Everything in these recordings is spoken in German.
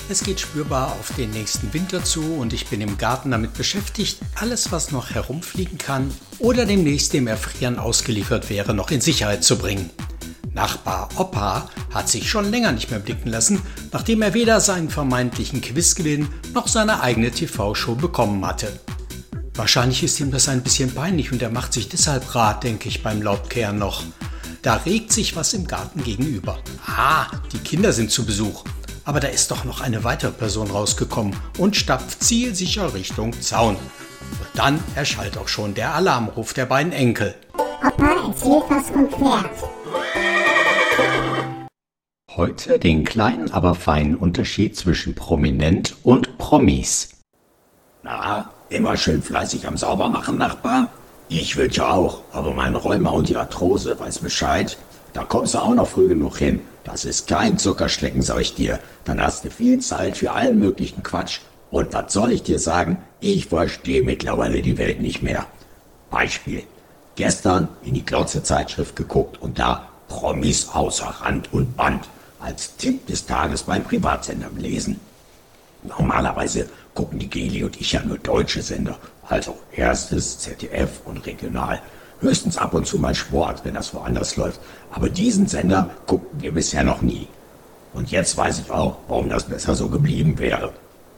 Es geht spürbar auf den nächsten Winter zu und ich bin im Garten damit beschäftigt, alles, was noch herumfliegen kann oder demnächst dem Erfrieren ausgeliefert wäre, noch in Sicherheit zu bringen. Nachbar Opa hat sich schon länger nicht mehr blicken lassen, nachdem er weder seinen vermeintlichen Quizgewinn noch seine eigene TV-Show bekommen hatte. Wahrscheinlich ist ihm das ein bisschen peinlich und er macht sich deshalb rat, denke ich beim Laubkehren noch. Da regt sich was im Garten gegenüber. Die Kinder sind zu Besuch. Aber da ist doch noch eine weitere Person rausgekommen und stapft zielsicher Richtung Zaun. Und dann erschallt auch schon der Alarmruf der beiden Enkel. Opa erzählt was vom Pferd. Heute den kleinen, aber feinen Unterschied zwischen prominent und Promis. Na, immer schön fleißig am Saubermachen, Nachbar? Ich will ja auch, aber mein Rheuma und die Arthrose weiß Bescheid. Da kommst du auch noch früh genug hin. Das ist kein Zuckerschlecken, sag ich dir. Dann hast du viel Zeit für allen möglichen Quatsch. Und was soll ich dir sagen? Ich verstehe mittlerweile die Welt nicht mehr. Beispiel. Gestern in die Glotze-Zeitschrift geguckt und da Promis außer Rand und Band als Tipp des Tages beim Privatsender gelesen. Normalerweise gucken die Geli und ich ja nur deutsche Sender. Also Erstes, ZDF und Regional. Höchstens ab und zu mal Sport, wenn das woanders läuft. Aber diesen Sender guckten wir bisher noch nie. Und jetzt weiß ich auch, warum das besser so geblieben wäre.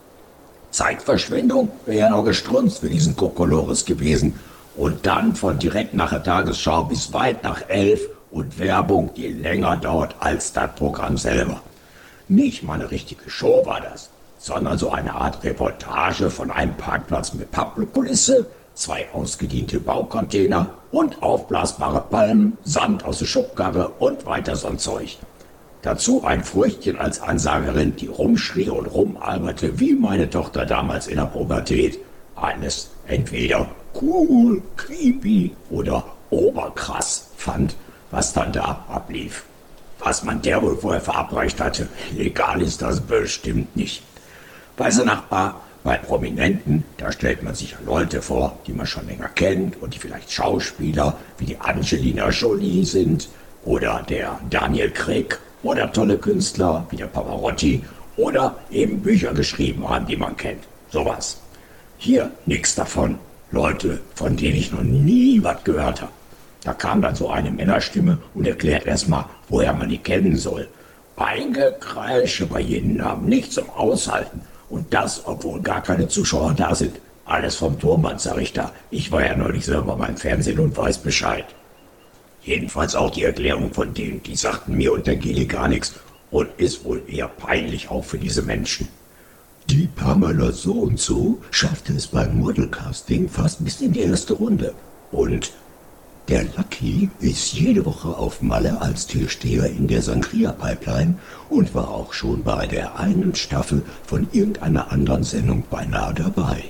Zeitverschwendung wäre ja noch gestrunzt für diesen Kokolores gewesen. Und dann von direkt nach der Tagesschau bis weit nach 11 und Werbung, die länger dauert als das Programm selber. Nicht mal eine richtige Show war das, sondern so eine Art Reportage von einem Parkplatz mit Pappkulisse, 2 ausgediente Baucontainer und aufblasbare Palmen, Sand aus der Schubkarre und weiter so ein Zeug. Dazu ein Früchtchen als Ansagerin, die rumschrie und rumalberte wie meine Tochter damals in der Pubertät. Eines entweder cool, creepy oder oberkrass fand, was dann da ablief. Was man der wohl vorher verabreicht hatte, legal ist das bestimmt nicht. Weißt du, Nachbar, bei Prominenten, da stellt man sich Leute vor, die man schon länger kennt und die vielleicht Schauspieler wie die Angelina Jolie sind oder der Daniel Craig oder tolle Künstler wie der Pavarotti oder eben Bücher geschrieben haben, die man kennt. Sowas. Hier nichts davon. Leute, von denen ich noch nie was gehört habe. Da kam dann so eine Männerstimme und erklärt erstmal, woher man die kennen soll. Eingekreische bei jedem Namen, nicht zum Aushalten. Und das, obwohl gar keine Zuschauer da sind. Alles vom Turmband, sag ich da. Ich war ja neulich selber beim Fernsehen und weiß Bescheid. Jedenfalls auch die Erklärung von denen, die sagten mir und der Geli gar nichts. Und ist wohl eher peinlich auch für diese Menschen. Die Pamela so und so schaffte es beim Modelcasting fast bis in die erste Runde. Und der Lucky ist jede Woche auf Malle als Türsteher in der Sangria-Pipeline und war auch schon bei der einen Staffel von irgendeiner anderen Sendung beinahe dabei.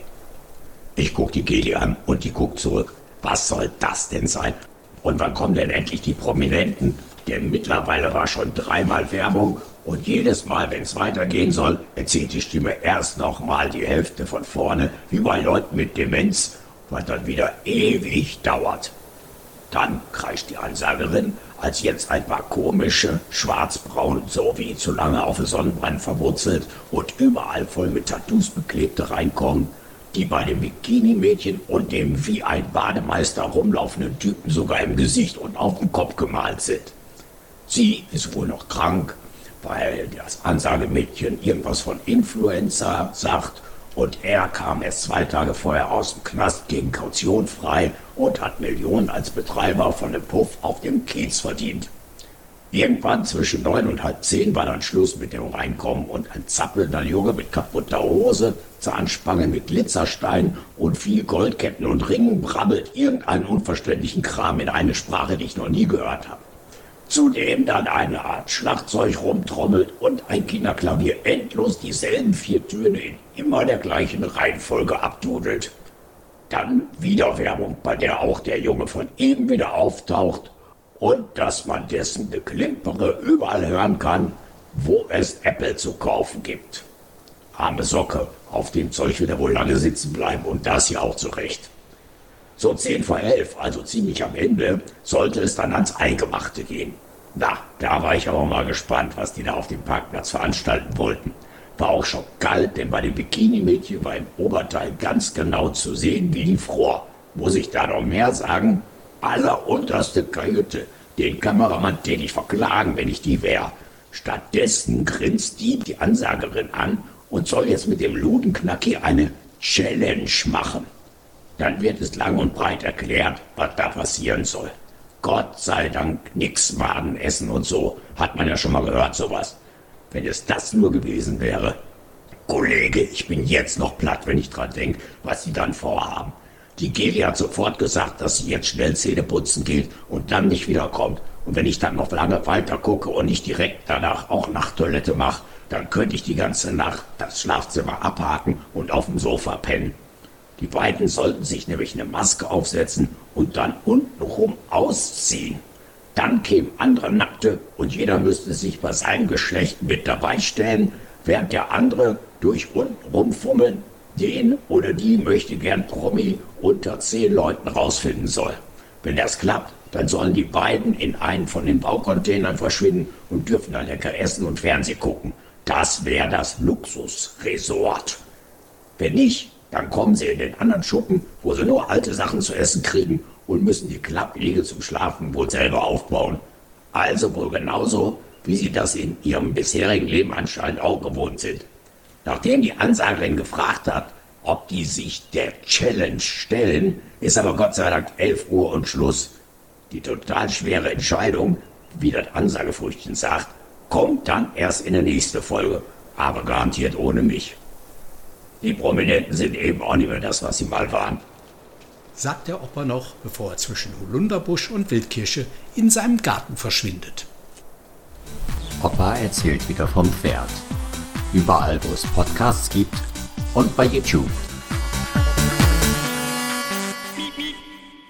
Ich guck die Geli an und die guckt zurück. Was soll das denn sein? Und wann kommen denn endlich die Prominenten? Denn mittlerweile war schon 3-mal Werbung und jedes Mal, wenn es weitergehen soll, erzählt die Stimme erst nochmal die Hälfte von vorne, wie bei Leuten mit Demenz, was dann wieder ewig dauert. Dann kreischt die Ansagerin, als jetzt ein paar komische, schwarzbraun, so wie zu lange auf Sonnenbrand verwurzelt und überall voll mit Tattoos beklebte reinkommen, die bei dem Bikini-Mädchen und dem wie ein Bademeister rumlaufenden Typen sogar im Gesicht und auf dem Kopf gemalt sind. Sie ist wohl noch krank, weil das Ansagemädchen irgendwas von Influenza sagt und er kam erst 2 Tage vorher aus dem Knast gegen Kaution frei und hat Millionen als Betreiber von dem Puff auf dem Kiez verdient. Irgendwann zwischen 9 und halb 10 war dann Schluss mit dem Reinkommen und ein zappelnder Junge mit kaputter Hose, Zahnspange mit Glitzerstein und viel Goldketten und Ringen brabbelt irgendeinen unverständlichen Kram in eine Sprache, die ich noch nie gehört habe. Zudem dann eine Art Schlagzeug rumtrommelt und ein Kinderklavier endlos dieselben 4 Töne in immer der gleichen Reihenfolge abdudelt. Dann wieder Werbung, bei der auch der Junge von eben wieder auftaucht und dass man dessen Geklimpere überall hören kann, wo es Apple zu kaufen gibt. Arme Socke, auf dem Zeug wird er wohl lange sitzen bleiben und das ja auch zurecht. So 10 vor 11, also ziemlich am Ende, sollte es dann ans Eingemachte gehen. Na, da war ich aber mal gespannt, was die da auf dem Parkplatz veranstalten wollten. War auch schon kalt, denn bei dem Bikini-Mädchen war im Oberteil ganz genau zu sehen, wie die fror. Muss ich da noch mehr sagen? Allerunterste Kajüte. Den Kameramann täte ich verklagen, wenn ich die wäre. Stattdessen grinst die Ansagerin an und soll jetzt mit dem Ludenknacki eine Challenge machen. Dann wird es lang und breit erklärt, was da passieren soll. Gott sei Dank nix Maden essen und so, hat man ja schon mal gehört, sowas. Wenn es das nur gewesen wäre. Kollege, ich bin jetzt noch platt, wenn ich dran denke, was sie dann vorhaben. Die Geli hat sofort gesagt, dass sie jetzt schnell Zähne putzen geht und dann nicht wiederkommt. Und wenn ich dann noch lange weiter gucke und nicht direkt danach auch Nachttoilette mache, dann könnte ich die ganze Nacht das Schlafzimmer abhaken und auf dem Sofa pennen. Die beiden sollten sich nämlich eine Maske aufsetzen und dann untenrum ausziehen. Dann kämen andere Nackte und jeder müsste sich bei seinem Geschlecht mit dabei stellen, während der andere durch unten rumfummeln, den oder die möchte gern Promi unter 10 Leuten rausfinden soll. Wenn das klappt, dann sollen die beiden in einen von den Baucontainern verschwinden und dürfen dann lecker essen und Fernsehen gucken. Das wäre das Luxusresort. Wenn nicht, dann kommen sie in den anderen Schuppen, wo sie nur alte Sachen zu essen kriegen und müssen die Klappliege zum Schlafen wohl selber aufbauen. Also wohl genauso, wie sie das in ihrem bisherigen Leben anscheinend auch gewohnt sind. Nachdem die Ansagerin gefragt hat, ob die sich der Challenge stellen, ist aber Gott sei Dank 11 Uhr und Schluss. Die total schwere Entscheidung, wie das Ansagefrüchtchen sagt, kommt dann erst in der nächsten Folge, aber garantiert ohne mich. Die Prominenten sind eben auch nicht mehr das, was sie mal waren. Sagt der Opa noch, bevor er zwischen Holunderbusch und Wildkirsche in seinem Garten verschwindet. Opa erzählt wieder vom Pferd. Überall, wo es Podcasts gibt und bei YouTube.